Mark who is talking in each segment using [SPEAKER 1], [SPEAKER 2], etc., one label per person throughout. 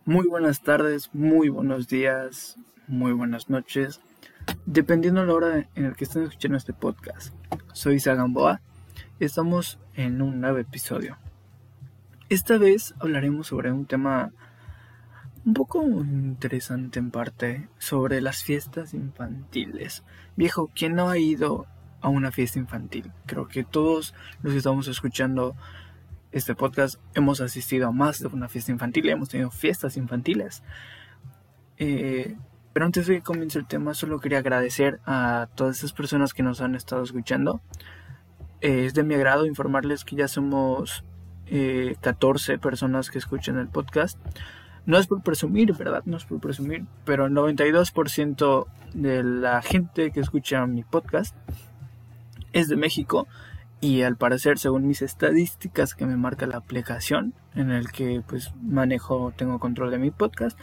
[SPEAKER 1] Muy buenas tardes, muy buenos días, muy buenas noches, dependiendo de la hora en la que estén escuchando este podcast. Soy Isa Gamboa y estamos en un nuevo episodio. Esta vez hablaremos sobre un tema un poco interesante en parte, sobre las fiestas infantiles. Viejo, ¿quién no ha ido a una fiesta infantil? Creo que todos los que estamos escuchando este podcast hemos asistido a más de una fiesta infantil, hemos tenido fiestas infantiles. Pero antes de que comience el tema, solo quería agradecer a todas esas personas que nos han estado escuchando. Es de mi agrado informarles que ya somos 14 personas que escuchan el podcast. No es por presumir, ¿verdad? No es por presumir, pero el 92% de la gente que escucha mi podcast es de México. Y al parecer, según mis estadísticas que me marca la aplicación en el que pues tengo control de mi podcast,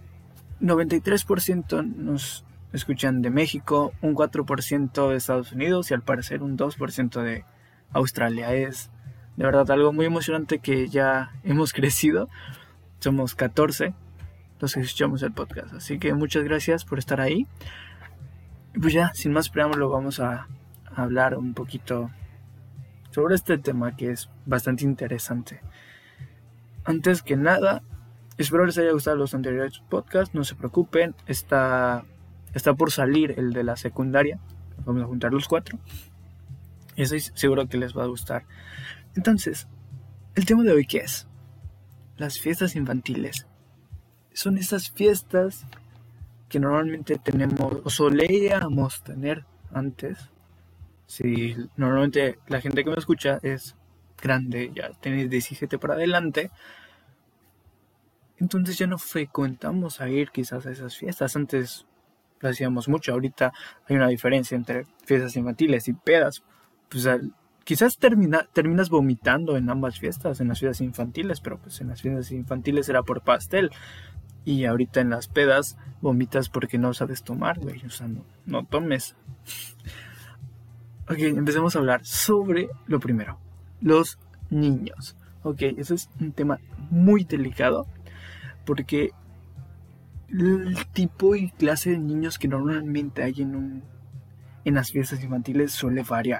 [SPEAKER 1] 93% nos escuchan de México, un 4% de Estados Unidos y al parecer un 2% de Australia. Es de verdad algo muy emocionante que ya hemos crecido. Somos 14 los que escuchamos el podcast, así que muchas gracias por estar ahí. Y pues ya, sin más preámbulo, vamos a hablar un poquito sobre este tema que es bastante interesante. Antes que nada, espero les haya gustado los anteriores podcasts. No se preocupen, está por salir el de la secundaria. Vamos a juntar los 4 y estoy seguro que les va a gustar. Entonces, el tema de hoy, ¿qué es? Las fiestas infantiles. Son esas fiestas que normalmente tenemos o solíamos tener antes. Si normalmente la gente que me escucha es grande, ya tiene 17 para adelante, entonces ya no frecuentamos a ir quizás a esas fiestas. Antes lo hacíamos mucho. Ahorita hay una diferencia entre fiestas infantiles y pedas. Pues quizás terminas vomitando en ambas fiestas, en las fiestas infantiles, pero pues en las fiestas infantiles era por pastel. Y ahorita en las pedas vomitas porque no sabes tomar, güey. O sea, no tomes. Ok, empecemos a hablar sobre lo primero. Los niños. Ok, eso es un tema muy delicado porque el tipo y clase de niños que normalmente hay en las fiestas infantiles suele variar.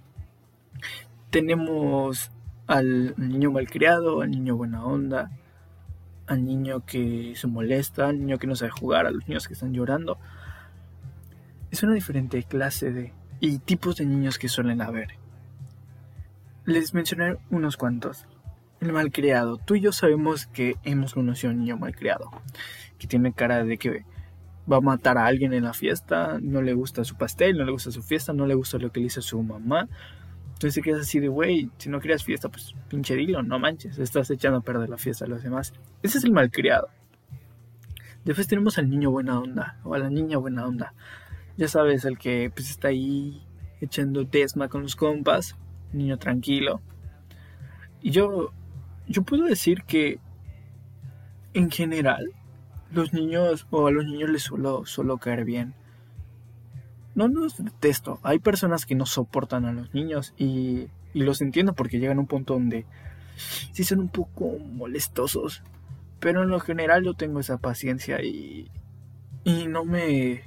[SPEAKER 1] Tenemos al niño malcriado, al niño buena onda, al niño que se molesta, al niño que no sabe jugar, a los niños que están llorando. Es una diferente clase y tipos de niños que suelen haber. Les mencioné unos cuantos. El malcriado. Tú y yo sabemos que hemos conocido a un niño malcriado, que tiene cara de que va a matar a alguien en la fiesta, no le gusta su pastel, no le gusta su fiesta, no le gusta lo que le hizo su mamá. Entonces te quedas así de, güey, si no querías fiesta, pues pinche dilo, no manches, estás echando a perder la fiesta a los demás. Ese es el malcriado. Después tenemos al niño buena onda, o a la niña buena onda. Ya sabes, el que pues está ahí echando desma con los compas, niño tranquilo. Y yo puedo decir que en general a los niños les suelo caer bien. No los detesto. Hay personas que no soportan a los niños y los entiendo porque llegan a un punto donde sí son un poco molestosos. Pero en lo general yo tengo esa paciencia y no me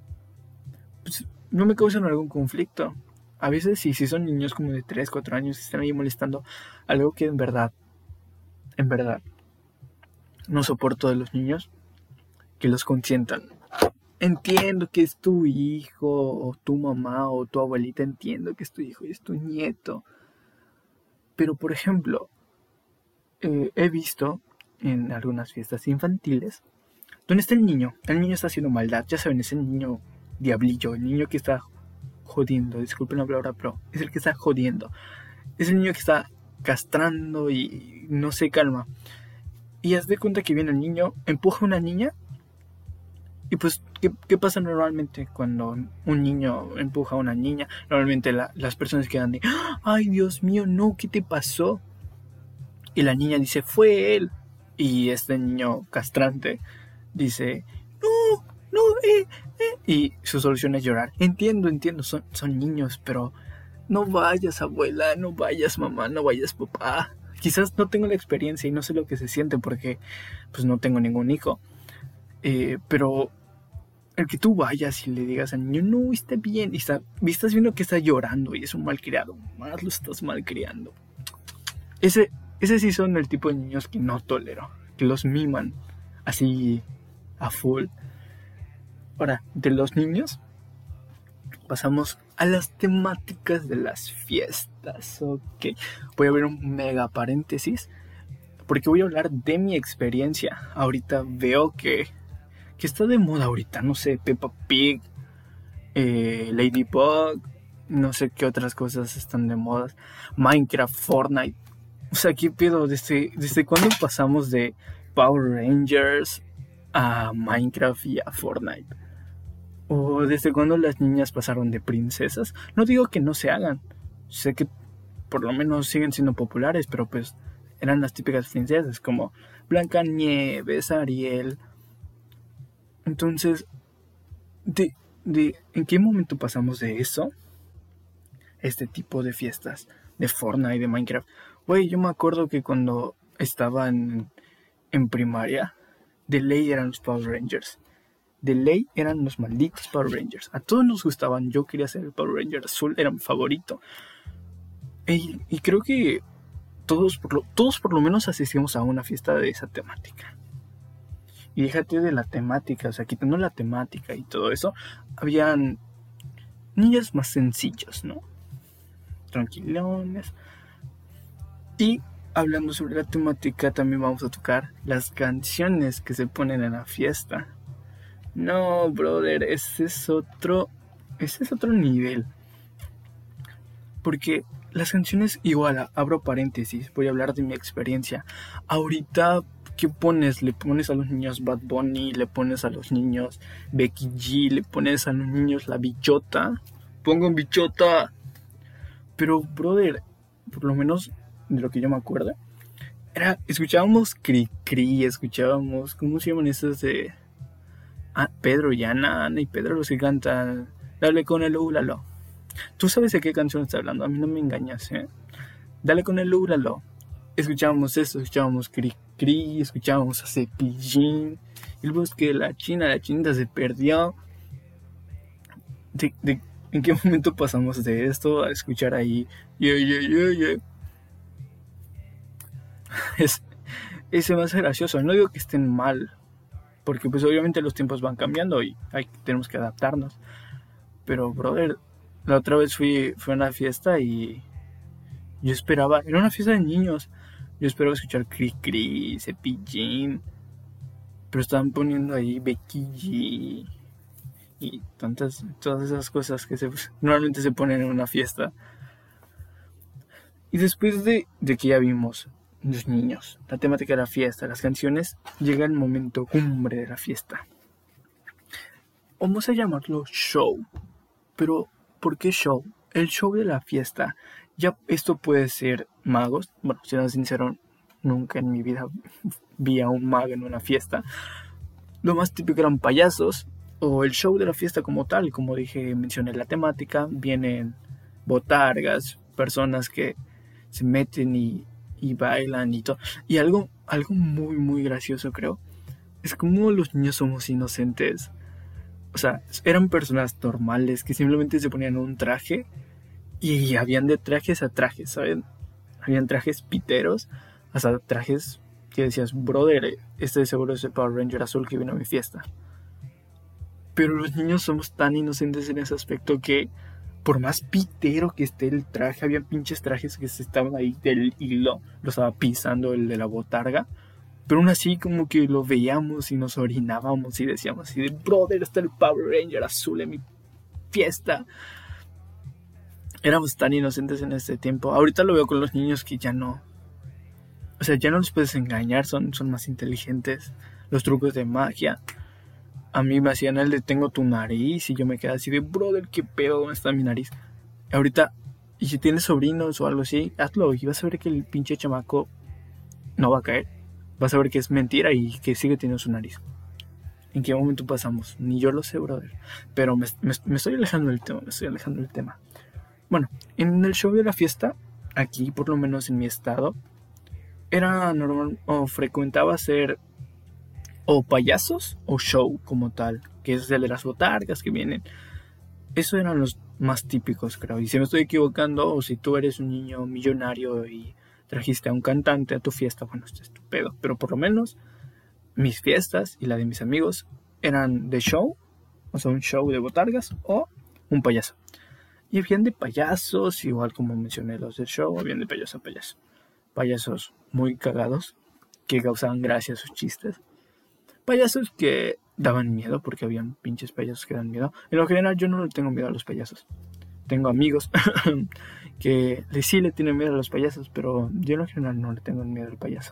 [SPEAKER 1] causan algún conflicto. A veces si son niños como de 3, 4 años y están ahí molestando, algo que en verdad no soporto de los niños, que los consientan. Entiendo que es tu hijo o tu mamá o tu abuelita, entiendo que es tu hijo y es tu nieto, pero por ejemplo he visto en algunas fiestas infantiles donde está el niño está haciendo maldad, ya saben, es el niño diablillo, el niño que está jodiendo, disculpen la palabra, pero es el que está jodiendo, es el niño que está castrando y no se calma. Y haz de cuenta que viene el niño, empuja a una niña. Y pues, ¿qué pasa normalmente cuando un niño empuja a una niña? Normalmente las personas quedan de, ¡ay, Dios mío, no! ¿Qué te pasó? Y la niña dice, fue él. Y este niño castrante dice, no, Y su solución es llorar. Entiendo, son niños, pero no vayas, abuela, no vayas, mamá, no vayas, papá. quizás no tengo la experiencia y no sé lo que se siente porque pues no tengo ningún hijo. Pero el que tú vayas y le digas al niño, no, está bien, y estás viendo que está llorando y es un malcriado, más lo estás malcriando. Ese sí son el tipo de niños que no tolero, que los miman así a full. Ahora, de los niños pasamos a las temáticas de las fiestas. Ok, voy a abrir un mega paréntesis porque voy a hablar de mi experiencia. Ahorita veo que está de moda ahorita, no sé, Peppa Pig, Ladybug, no sé qué otras cosas están de moda, Minecraft, Fortnite. O sea, ¿qué pedo? ¿Desde cuándo pasamos de Power Rangers a Minecraft y a Fortnite? ¿O desde cuándo las niñas pasaron de princesas? No digo que no se hagan, sé que por lo menos siguen siendo populares, pero pues eran las típicas princesas como Blancanieves, Ariel. Entonces, ¿en qué momento pasamos de eso? Este tipo de fiestas, de Fortnite, de Minecraft. Güey, yo me acuerdo que cuando estaba en primaria, de ley eran los Power Rangers. De ley eran los malditos Power Rangers. A todos nos gustaban. Yo quería ser el Power Ranger azul, era mi favorito. Y creo que todos por lo menos asistimos a una fiesta de esa temática. Y déjate de la temática, o sea, quitando la temática y todo eso, habían niños más sencillos, ¿no? Tranquilones. Y hablando sobre la temática, también vamos a tocar las canciones que se ponen en la fiesta. No, brother, ese es otro nivel. Porque las canciones, igual, abro paréntesis, voy a hablar de mi experiencia. Ahorita, ¿qué pones? Le pones a los niños Bad Bunny, le pones a los niños Becky G, le pones a los niños La Bichota. Pongo Bichota. Pero, brother, por lo menos de lo que yo me acuerdo, escuchábamos Cri, escuchábamos, ¿cómo se llaman esos de Pedro y Ana y Pedro, los que cantan Dale con el ulalo? Tú sabes de qué canción está hablando, a mí no me engañas, Dale con el ulalo. Escuchábamos eso, escuchábamos Cri, escuchábamos a Cepillín, el bosque de la chinita se perdió. ¿En qué momento pasamos de esto a escuchar ahí yeah? Se me hace gracioso. No digo que estén mal, porque pues obviamente los tiempos van cambiando y tenemos que adaptarnos. Pero brother, la otra vez fui a una fiesta y yo esperaba, era una fiesta de niños, yo esperaba escuchar Cri, Cepillín, pero estaban poniendo ahí Becky G y todas esas cosas que normalmente se ponen en una fiesta. Y después de que ya vimos los niños, la temática de la fiesta, las canciones, llega el momento cumbre de la fiesta. Vamos a llamarlo show. Pero, ¿por qué show? El show de la fiesta. Ya esto puede ser magos. Bueno, siendo sincero, nunca en mi vida vi a un mago en una fiesta. Lo más típico eran payasos. O el show de la fiesta como tal. Como dije, mencioné la temática. Vienen botargas, personas que se meten y bailan y todo. Y algo muy, muy gracioso, creo, es como los niños somos inocentes. O sea, eran personas normales que simplemente se ponían un traje y habían de trajes a trajes, ¿saben? Habían trajes piteros, hasta trajes que decías, brother, este de seguro es el Power Ranger azul que vino a mi fiesta. Pero los niños somos tan inocentes en ese aspecto que por más pitero que esté el traje, había pinches trajes que se estaban ahí del hilo, lo estaba pisando el de la botarga, pero aún así como que lo veíamos y nos orinábamos y decíamos así de, brother, está el Power Ranger azul en mi fiesta. Éramos tan inocentes en este tiempo. Ahorita lo veo con los niños que ya no, o sea, ya no los puedes engañar, son más inteligentes. Los trucos de magia. A mí me hacían el de tengo tu nariz y yo me quedaba así de, brother, qué pedo, ¿dónde está mi nariz? Ahorita, y si tienes sobrinos o algo así, hazlo y vas a ver que el pinche chamaco no va a caer. Vas a ver que es mentira y que sigue teniendo su nariz. ¿En qué momento pasamos? Ni yo lo sé, brother. Pero me estoy alejando del tema, Bueno, en el show de la fiesta, aquí por lo menos en mi estado, era normal o frecuentaba hacer o payasos o show como tal, que es el de las botargas que vienen. Esos eran los más típicos, creo. Y si me estoy equivocando, o si tú eres un niño millonario y trajiste a un cantante a tu fiesta, bueno, esto es tu pedo. Pero por lo menos mis fiestas y la de mis amigos eran de show, o sea, un show de botargas o un payaso. Y habían de payasos, igual como mencioné los del show, habían de payaso a payaso. Payasos muy cagados, que causaban gracia a sus chistes. Payasos que daban miedo, porque habían pinches payasos que dan miedo. En lo general yo no le tengo miedo a los payasos. Tengo amigos que sí le tienen miedo a los payasos, pero yo en lo general no le tengo miedo al payaso.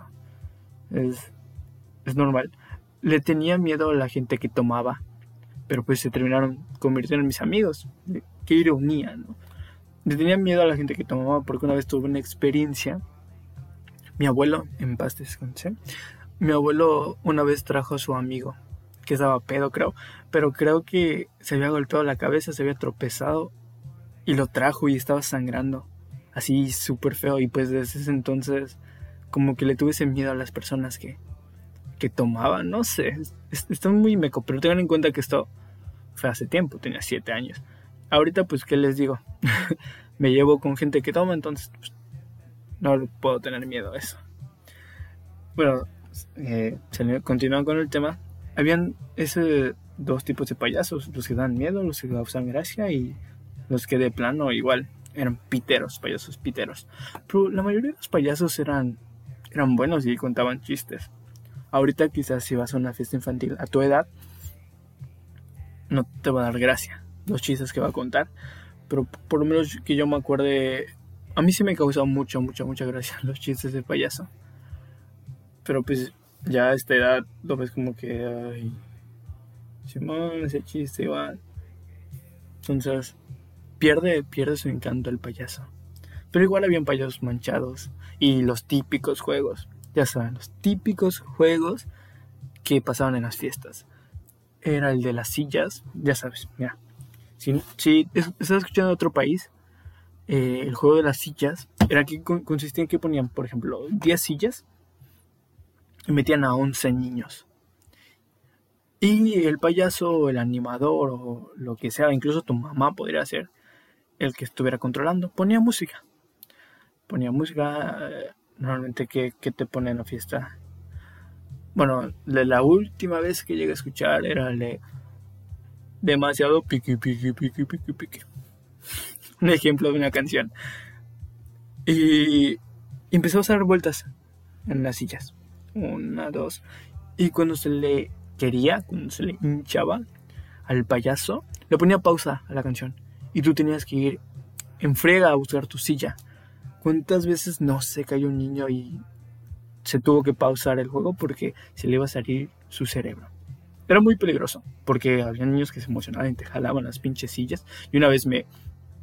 [SPEAKER 1] Es normal. Le tenía miedo a la gente que tomaba, pero pues se terminaron convirtiendo en mis amigos. Qué ironía, ¿no? Le tenía miedo a la gente que tomaba porque una vez tuve una experiencia. Mi abuelo, en paz descanse, mi abuelo una vez trajo a su amigo, que estaba pedo, creo, pero creo que se había golpeado la cabeza, se había tropezado y lo trajo y estaba sangrando, así súper feo. Y pues desde ese entonces como que le tuve ese miedo a las personas que tomaban, no sé, está muy meco, pero tengan en cuenta que esto fue hace tiempo, tenía 7 años. Ahorita pues, ¿qué les digo? Me llevo con gente que toma, entonces pues, no puedo tener miedo a eso. Bueno, continuando con el tema, habían dos tipos de payasos, los que dan miedo, los que causan gracia y los que de plano igual eran piteros, payasos piteros. Pero la mayoría de los payasos eran buenos y contaban chistes. Ahorita quizás si vas a una fiesta infantil a tu edad, no te va a dar gracia los chistes que va a contar, pero por lo menos que yo me acuerde, a mí sí me causó mucha gracia los chistes de payaso. Pero pues ya a esta edad lo ves como que, ay, Simón, ese chiste igual. Entonces pierde su encanto el payaso. Pero igual habían payasos manchados y los típicos juegos, ya saben, los típicos juegos que pasaban en las fiestas. Era el de las sillas, ya sabes, mira, si estás escuchando de otro país, el juego de las sillas era que consistía en que ponían, por ejemplo, 10 sillas y metían a 11 niños. Y el payaso, el animador o lo que sea, incluso tu mamá podría ser el que estuviera controlando. Ponía música, normalmente que te pone en la fiesta. Bueno, la última vez que llegué a escuchar era el de demasiado piqui. Un ejemplo de una canción. Y empezó a hacer vueltas en las sillas. 1, 2. Y cuando se le hinchaba al payaso, le ponía pausa a la canción. Y tú tenías que ir en frega a buscar tu silla. ¿Cuántas veces no se cayó un niño y se tuvo que pausar el juego porque se le iba a salir su cerebro? Era muy peligroso, porque había niños que se emocionaban y te jalaban las pinches sillas. Y una vez me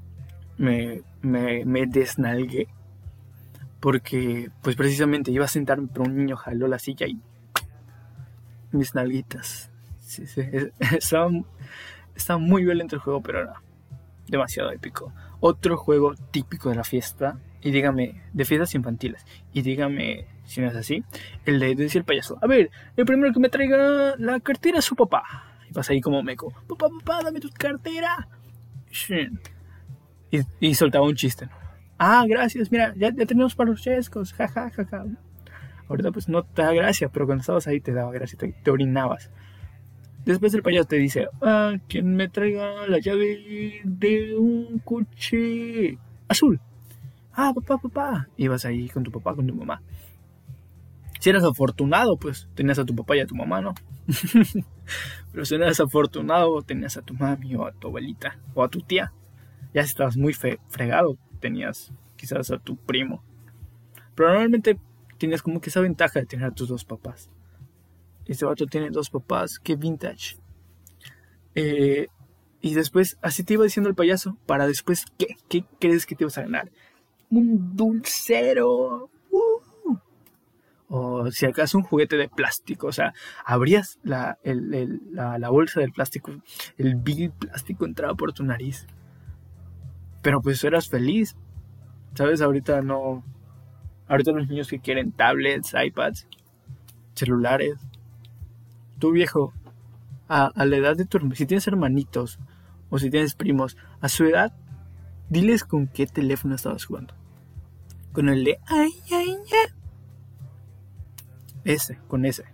[SPEAKER 1] desnalgué, porque pues precisamente iba a sentarme, pero un niño jaló la silla y mis nalguitas. Sí. Estaba muy violento el juego, pero era demasiado épico. Otro juego típico de la fiesta, y dígame, de fiestas infantiles, y dígame si no es así, el de decir el payaso: a ver, el primero que me traiga la cartera es su papá. Y vas ahí como meco: papá, dame tu cartera. Y soltaba un chiste, ¿no? Ah, gracias, mira, ya tenemos para los chescos, jaja. Ahorita pues no te da gracia, pero cuando estabas ahí te daba gracia, te orinabas. Después el payaso te dice: ¿quién me traiga la llave de un coche azul? Papá. Ibas ahí con tu papá, con tu mamá. Si eras afortunado, pues tenías a tu papá y a tu mamá, ¿no? Pero si no eras afortunado, tenías a tu mami o a tu abuelita o a tu tía. Ya si estabas muy fregado, tenías quizás a tu primo. Pero normalmente tenías como que esa ventaja de tener a tus dos papás. Este vato tiene 2 papás, qué vintage. Y después, así te iba diciendo el payaso, para después, ¿qué crees que te ibas a ganar? Un dulcero. O si acaso un juguete de plástico. O sea, abrías la bolsa del plástico, el vil plástico entraba por tu nariz. Pero pues eras feliz. ¿Sabes? Ahorita Ahorita los niños que quieren tablets, iPads, celulares. Tú, viejo, a la edad de tu hermano, si tienes hermanitos o si tienes primos, a su edad, diles con qué teléfono estabas jugando. Con el de ay, ay, ay. Ese, con ese.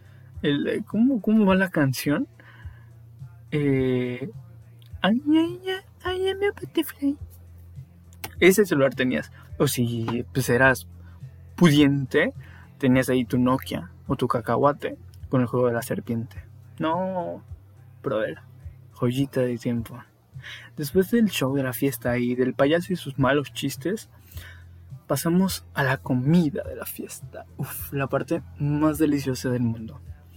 [SPEAKER 1] ¿Cómo va la canción? Ay, ay, ay, ay, I'm a butterfly. Ese celular tenías. O si pues eras pudiente, tenías ahí tu Nokia o tu cacahuate con el juego de la serpiente. No, brother, joyita de tiempo. Después del show, de la fiesta y del payaso y sus malos chistes, pasamos a la comida de la fiesta. Uf, la parte más deliciosa del mundo.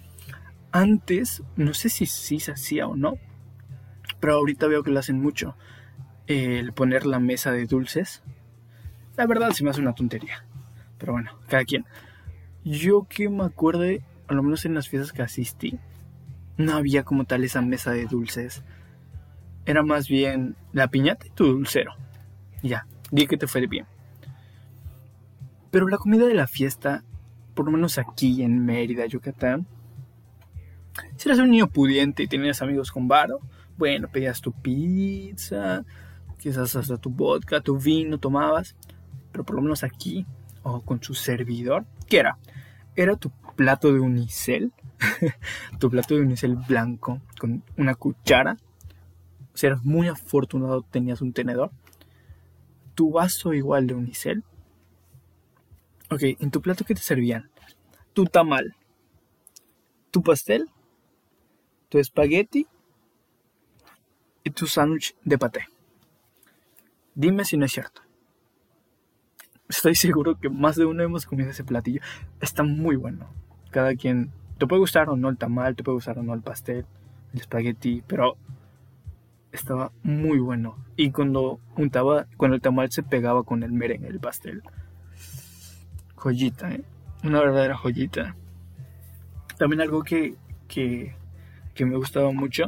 [SPEAKER 1] Antes, no sé si se hacía o no, pero ahorita veo que lo hacen mucho. El poner la mesa de dulces. La verdad se me hace una tontería. Pero bueno, cada quien. Yo que me acuerde, a lo menos en las fiestas que asistí, no había como tal esa mesa de dulces. Era más bien la piñata y tu dulcero. Ya, di que te fue bien. Pero la comida de la fiesta, por lo menos aquí en Mérida, Yucatán, si eras un niño pudiente y tenías amigos con varo, bueno, pedías tu pizza, quizás hasta tu vodka, tu vino tomabas. Pero por lo menos aquí, o con su servidor, ¿qué era? Era tu plato de unicel, tu plato de unicel blanco, con una cuchara. Si eras muy afortunado, tenías un tenedor. Tu vaso igual de unicel. Ok, en tu plato, ¿qué te servían? Tu tamal, tu pastel, tu espagueti y tu sándwich de paté. Dime si no es cierto. Estoy seguro que más de uno hemos comido ese platillo. Está muy bueno. Cada quien... Te puede gustar o no el tamal, te puede gustar o no el pastel, el espagueti, pero estaba muy bueno. Y cuando el tamal se pegaba con el merengue, el pastel. Joyita, una verdadera joyita. También algo que me gustaba mucho,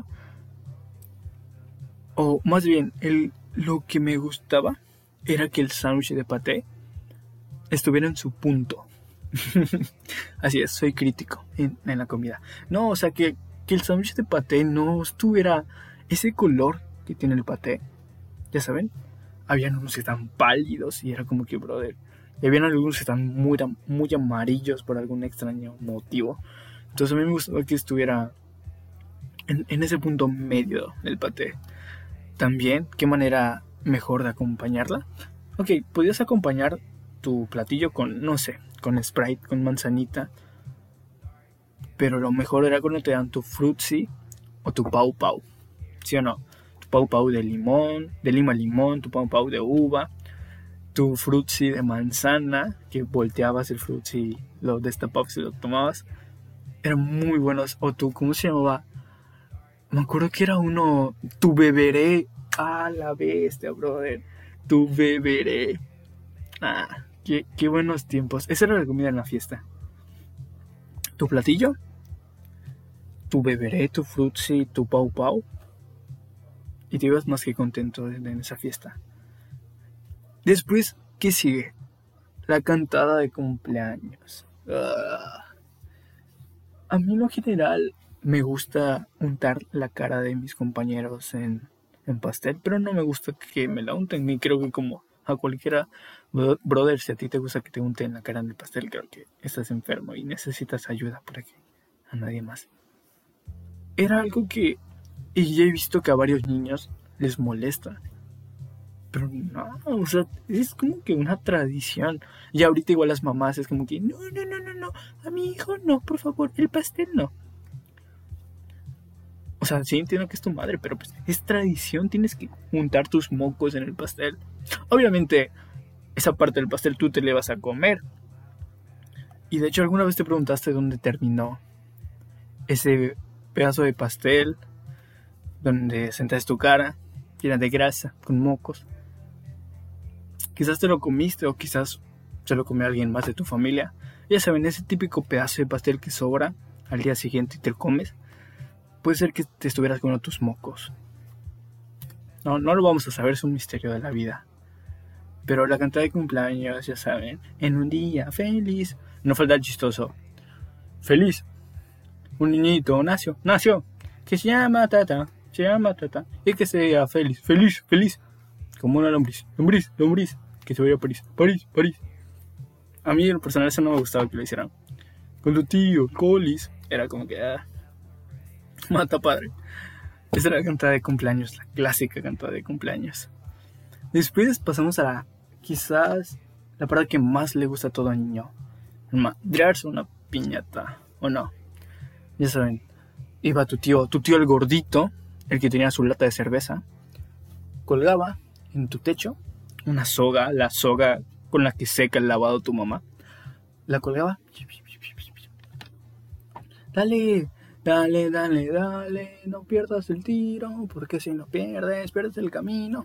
[SPEAKER 1] o más bien, lo que me gustaba era que el sándwich de paté estuviera en su punto. Así es, soy crítico en la comida. No, o sea, que el sándwich de paté no estuviera ese color que tiene el paté. Ya saben, habían unos que estaban pálidos y era como que, brother. Y habían algunos que estaban muy amarillos por algún extraño motivo. Entonces a mí me gustaba que estuviera en ese punto medio del paté. También, ¿qué manera mejor de acompañarla? Ok, podías acompañar tu platillo con, no sé, con Sprite, con manzanita. Pero lo mejor era cuando te dan tu Fruitsy o tu Pau Pau. ¿Sí o no? Tu Pau Pau de limón, de lima limón, tu Pau Pau de uva, tu Fruitsy de manzana, que volteabas el Fruitsy, lo destapabas y lo tomabas. Eran muy buenos. O tu, ¿cómo se llamaba? Me acuerdo que era uno, tu beberé. Ah, la bestia, brother. Tu beberé. Ah, qué buenos tiempos. Esa era la comida en la fiesta. Tu platillo, tu beberé, tu Fruitsy, tu Pau Pau. Y te ibas más que contento en esa fiesta. Después, ¿qué sigue? La cantada de cumpleaños. A mí en lo general me gusta untar la cara de mis compañeros en pastel, pero no me gusta que me la unten. Y creo que como a cualquiera, brother, si a ti te gusta que te unten la cara en el pastel, creo que estás enfermo y necesitas ayuda para que a nadie más. Era algo que, y ya he visto que a varios niños les molesta. Pero no, o sea, es como que una tradición. Y ahorita igual las mamás es como que, no, a mi hijo no, por favor, el pastel no. O sea, sí entiendo que es tu madre, pero pues es tradición, tienes que untar tus mocos en el pastel. Obviamente, esa parte del pastel tú te le vas a comer. Y de hecho, ¿alguna vez te preguntaste dónde terminó ese pedazo de pastel? Donde sentas tu cara, llena de grasa, con mocos. Quizás te lo comiste o quizás se lo comió alguien más de tu familia. Ya saben, ese típico pedazo de pastel que sobra al día siguiente y te lo comes. Puede ser que te estuvieras comiendo tus mocos. No lo vamos a saber, es un misterio de la vida. Pero la cantidad de cumpleaños, ya saben, en un día feliz, no falta el chistoso. Feliz, un niñito nació, que se llama Tata, y que sea feliz, como una lombriz, que se vaya a París. A mí en lo personal eso no me gustaba que lo hicieran. Con tu tío, Colis, era como que, mata padre. Esa era la cantada de cumpleaños, la clásica cantada de cumpleaños. Después pasamos a quizás la parte que más le gusta a todo niño. Madrearse una piñata, ¿o no? Ya saben, iba tu tío el gordito, el que tenía su lata de cerveza, colgaba en tu techo una soga, la soga con la que seca el lavado tu mamá, la colgaba. Dale, no pierdas el tiro, porque si no pierdes el camino.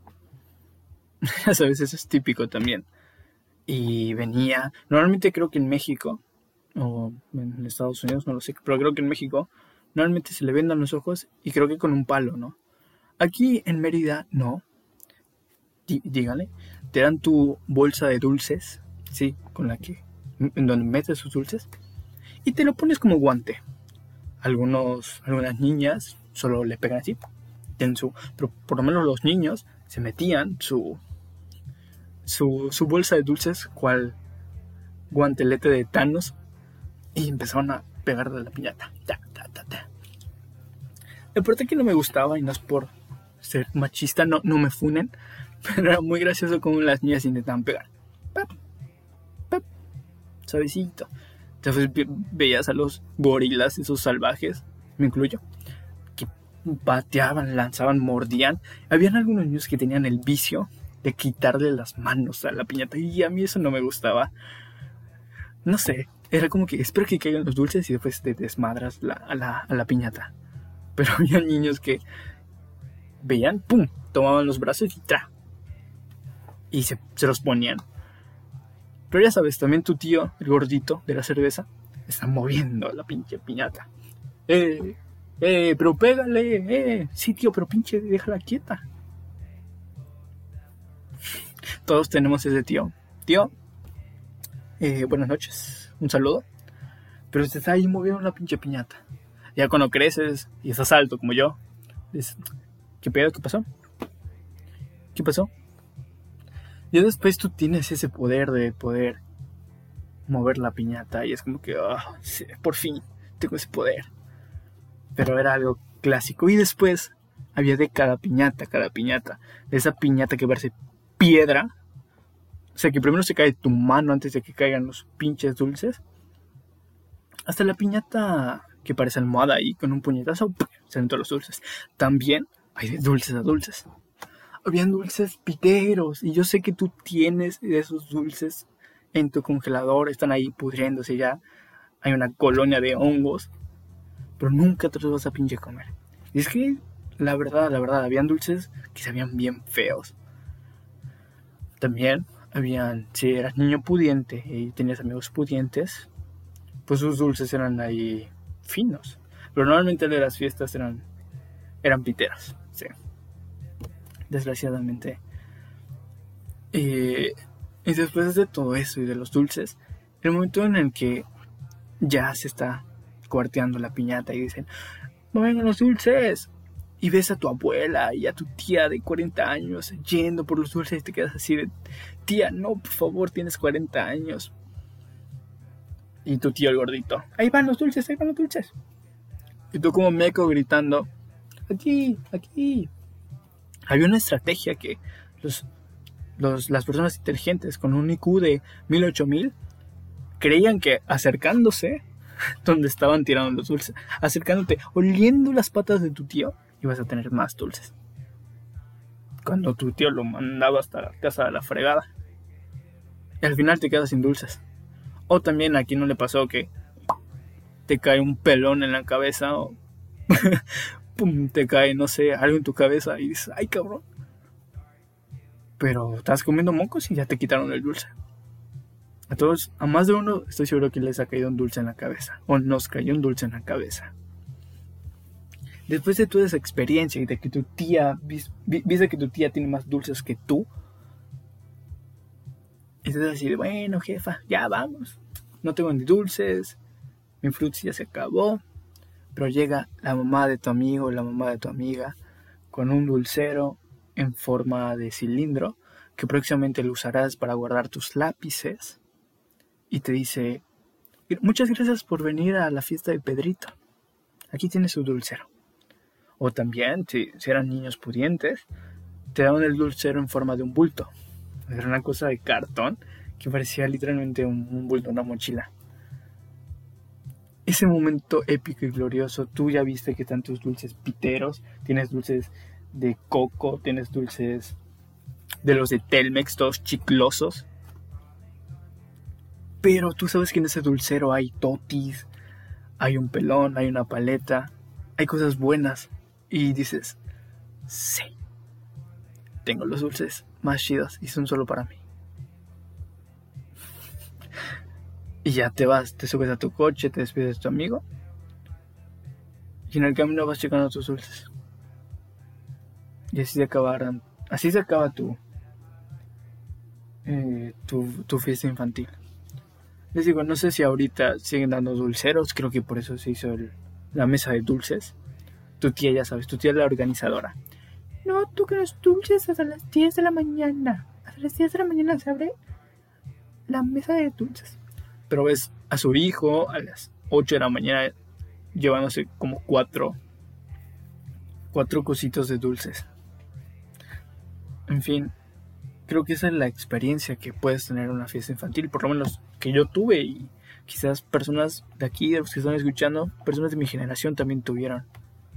[SPEAKER 1] Ya sabes, eso es típico también. Y venía, normalmente creo que en México, o en Estados Unidos, no lo sé, pero creo que en México, normalmente se le vendan los ojos y creo que con un palo, ¿no? Aquí en Mérida, no. Dígale, te dan tu bolsa de dulces, sí, con la que, en donde metes sus dulces, y te lo pones como guante. Algunas niñas solo le pegan así, pero por lo menos los niños se metían su bolsa de dulces, cual guantelete de Thanos, y empezaron a pegarle a la piñata. La parte que no me gustaba, y no es por ser machista, no me funen, pero era muy gracioso como las niñas intentaban pegar. Pap, suavecito. Entonces veías a los gorilas, esos salvajes, me incluyo, que pateaban, lanzaban, mordían. Habían algunos niños que tenían el vicio de quitarle las manos a la piñata, y a mí eso no me gustaba. No sé, era como que espero que caigan los dulces y después te desmadras a la piñata. Pero había niños que veían, pum, tomaban los brazos y ¡tra! Y se los ponían. Pero ya sabes, también tu tío, el gordito de la cerveza, está moviendo la pinche piñata. Pero pégale, sí tío, pero pinche, déjala quieta. Todos tenemos ese tío. Tío, buenas noches, un saludo. Pero se está ahí moviendo la pinche piñata. Ya cuando creces y estás alto como yo, dices, ¿qué pedo? ¿Qué pasó? Y después tú tienes ese poder de poder mover la piñata y es como que, sí, por fin tengo ese poder. Pero era algo clásico. Y después había de cada piñata, de esa piñata que parece piedra. O sea, que primero se cae tu mano antes de que caigan los pinches dulces. Hasta la piñata que parece almohada ahí con un puñetazo, salen todos los dulces. También hay de dulces a dulces. Habían dulces piteros y yo sé que tú tienes de esos dulces en tu congelador, están ahí pudriéndose ya, hay una colonia de hongos, pero nunca te los vas a pinche comer. Y es que la verdad, habían dulces que sabían bien feos. También habían, si eras niño pudiente y tenías amigos pudientes, pues sus dulces eran ahí finos, pero normalmente de las fiestas eran piteros, sí. Desgraciadamente. Y después de todo eso y de los dulces, el momento en el que ya se está cuarteando la piñata y dicen, no vengan los dulces, y ves a tu abuela y a tu tía de 40 años yendo por los dulces y te quedas así de, tía, no, por favor, tienes 40 años. Y tu tío el gordito, ahí van los dulces. Y tú como meco gritando, aquí. Había una estrategia que las personas inteligentes con un IQ de 1000-8000 creían que acercándose donde estaban tirando los dulces, acercándote, oliendo las patas de tu tío, ibas a tener más dulces. Cuando tu tío lo mandaba hasta la casa de la fregada. Y al final te quedas sin dulces. O también aquí no le pasó que te cae un pelón en la cabeza o pum, te cae, no sé, algo en tu cabeza y dices, ay cabrón. Pero estás comiendo mocos y ya te quitaron el dulce. A todos, a más de uno, estoy seguro que les ha caído un dulce en la cabeza. O nos cayó un dulce en la cabeza. Después de toda esa experiencia y de que tu tía, viste que tu tía tiene más dulces que tú, Y entonces así de, bueno, jefa, ya vamos. No tengo ni dulces, mi frutzi ya se acabó. Pero llega la mamá de tu amigo, la mamá de tu amiga, con un dulcero en forma de cilindro que próximamente lo usarás para guardar tus lápices. Y te dice, muchas gracias por venir a la fiesta de Pedrito. Aquí tienes su dulcero. O también, si eran niños pudientes, te daban el dulcero en forma de un bulto. Era una cosa de cartón que parecía literalmente un bulto, una mochila. Ese momento épico y glorioso, tú ya viste que tantos dulces piteros, tienes dulces de coco, tienes dulces de los de Telmex, todos chiclosos. Pero tú sabes que en ese dulcero hay totis, hay un pelón, hay una paleta, hay cosas buenas. Y dices, sí, tengo los dulces más chidos y son solo para mí. Y ya te vas, te subes a tu coche, te despides de tu amigo. Y en el camino vas checando tus dulces. Y así se acaba tu fiesta infantil. Les digo, no sé si ahorita siguen dando dulceros. Creo que por eso se hizo la mesa de dulces. Tu tía, ya sabes, tu tía es la organizadora. No, tú que los dulces hasta las 10 de la mañana. Hasta las 10 de la mañana se abre la mesa de dulces. Pero ves a su hijo a las 8 de la mañana llevándose como cuatro cositos de dulces. En fin, creo que esa es la experiencia que puedes tener en una fiesta infantil, por lo menos que yo tuve, y quizás personas de aquí, de los que están escuchando, personas de mi generación también tuvieron.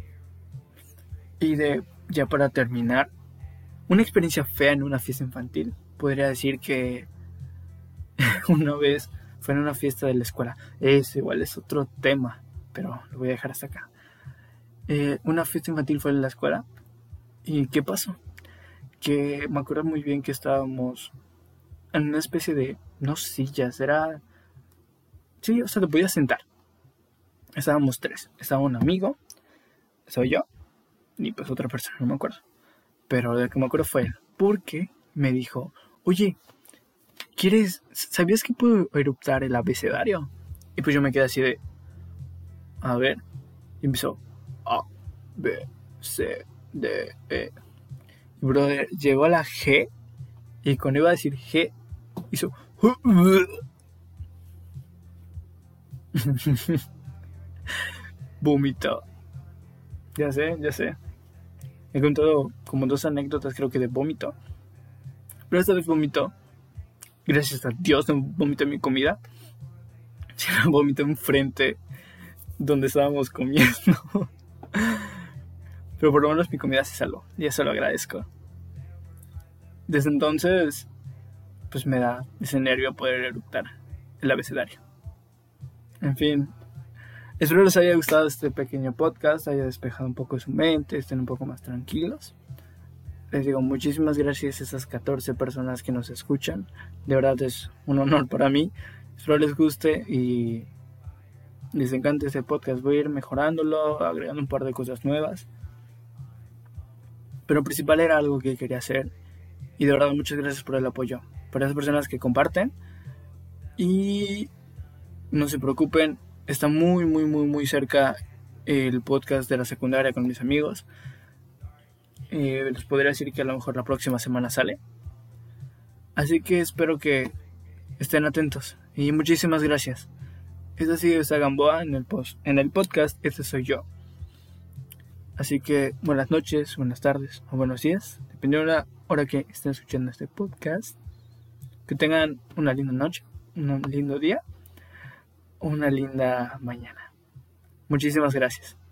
[SPEAKER 1] Y ya para terminar, una experiencia fea en una fiesta infantil, podría decir que una vez fue en una fiesta de la escuela. Eso igual es otro tema, pero lo voy a dejar hasta acá. Una fiesta infantil fue en la escuela. ¿Y qué pasó? Que me acuerdo muy bien que estábamos en una especie de, no sillas, era... Sí, o sea, te podías sentar. Estábamos 3. Estaba un amigo, soy yo, y pues otra persona, no me acuerdo. Pero lo que me acuerdo fue él, porque me dijo, oye, ¿sabías que puedo eruptar el abecedario? Y pues yo me quedé así de, a ver, y empezó, A, B, C, D, E. Y brother, llegó a la G, y cuando iba a decir G, hizo, vomitó. Ya sé. He contado como 2 anécdotas, creo que de vómito. Pero esta vez vomitó. Gracias a Dios no vomité mi comida. Sino vomité enfrente donde estábamos comiendo. Pero por lo menos mi comida se salvó. Y eso lo agradezco. Desde entonces, pues me da ese nervio poder eructar el abecedario. En fin, espero les haya gustado este pequeño podcast, haya despejado un poco su mente, estén un poco más tranquilos. Les digo muchísimas gracias a esas 14 personas que nos escuchan. De verdad es un honor para mí. Espero les guste y les encante este podcast. Voy a ir mejorándolo, agregando un par de cosas nuevas. Pero principal era algo que quería hacer. Y de verdad muchas gracias por el apoyo. Para esas personas que comparten. Y no se preocupen, está muy cerca el podcast de la secundaria con mis amigos. Les podría decir que a lo mejor la próxima semana sale. Así que espero que estén atentos. Y muchísimas gracias. Esta ha sido esta Gamboa en el podcast. Este soy yo. Así que buenas noches, buenas tardes o buenos días, dependiendo de la hora que estén escuchando este podcast. Que tengan una linda noche, un lindo día o una linda mañana. Muchísimas gracias.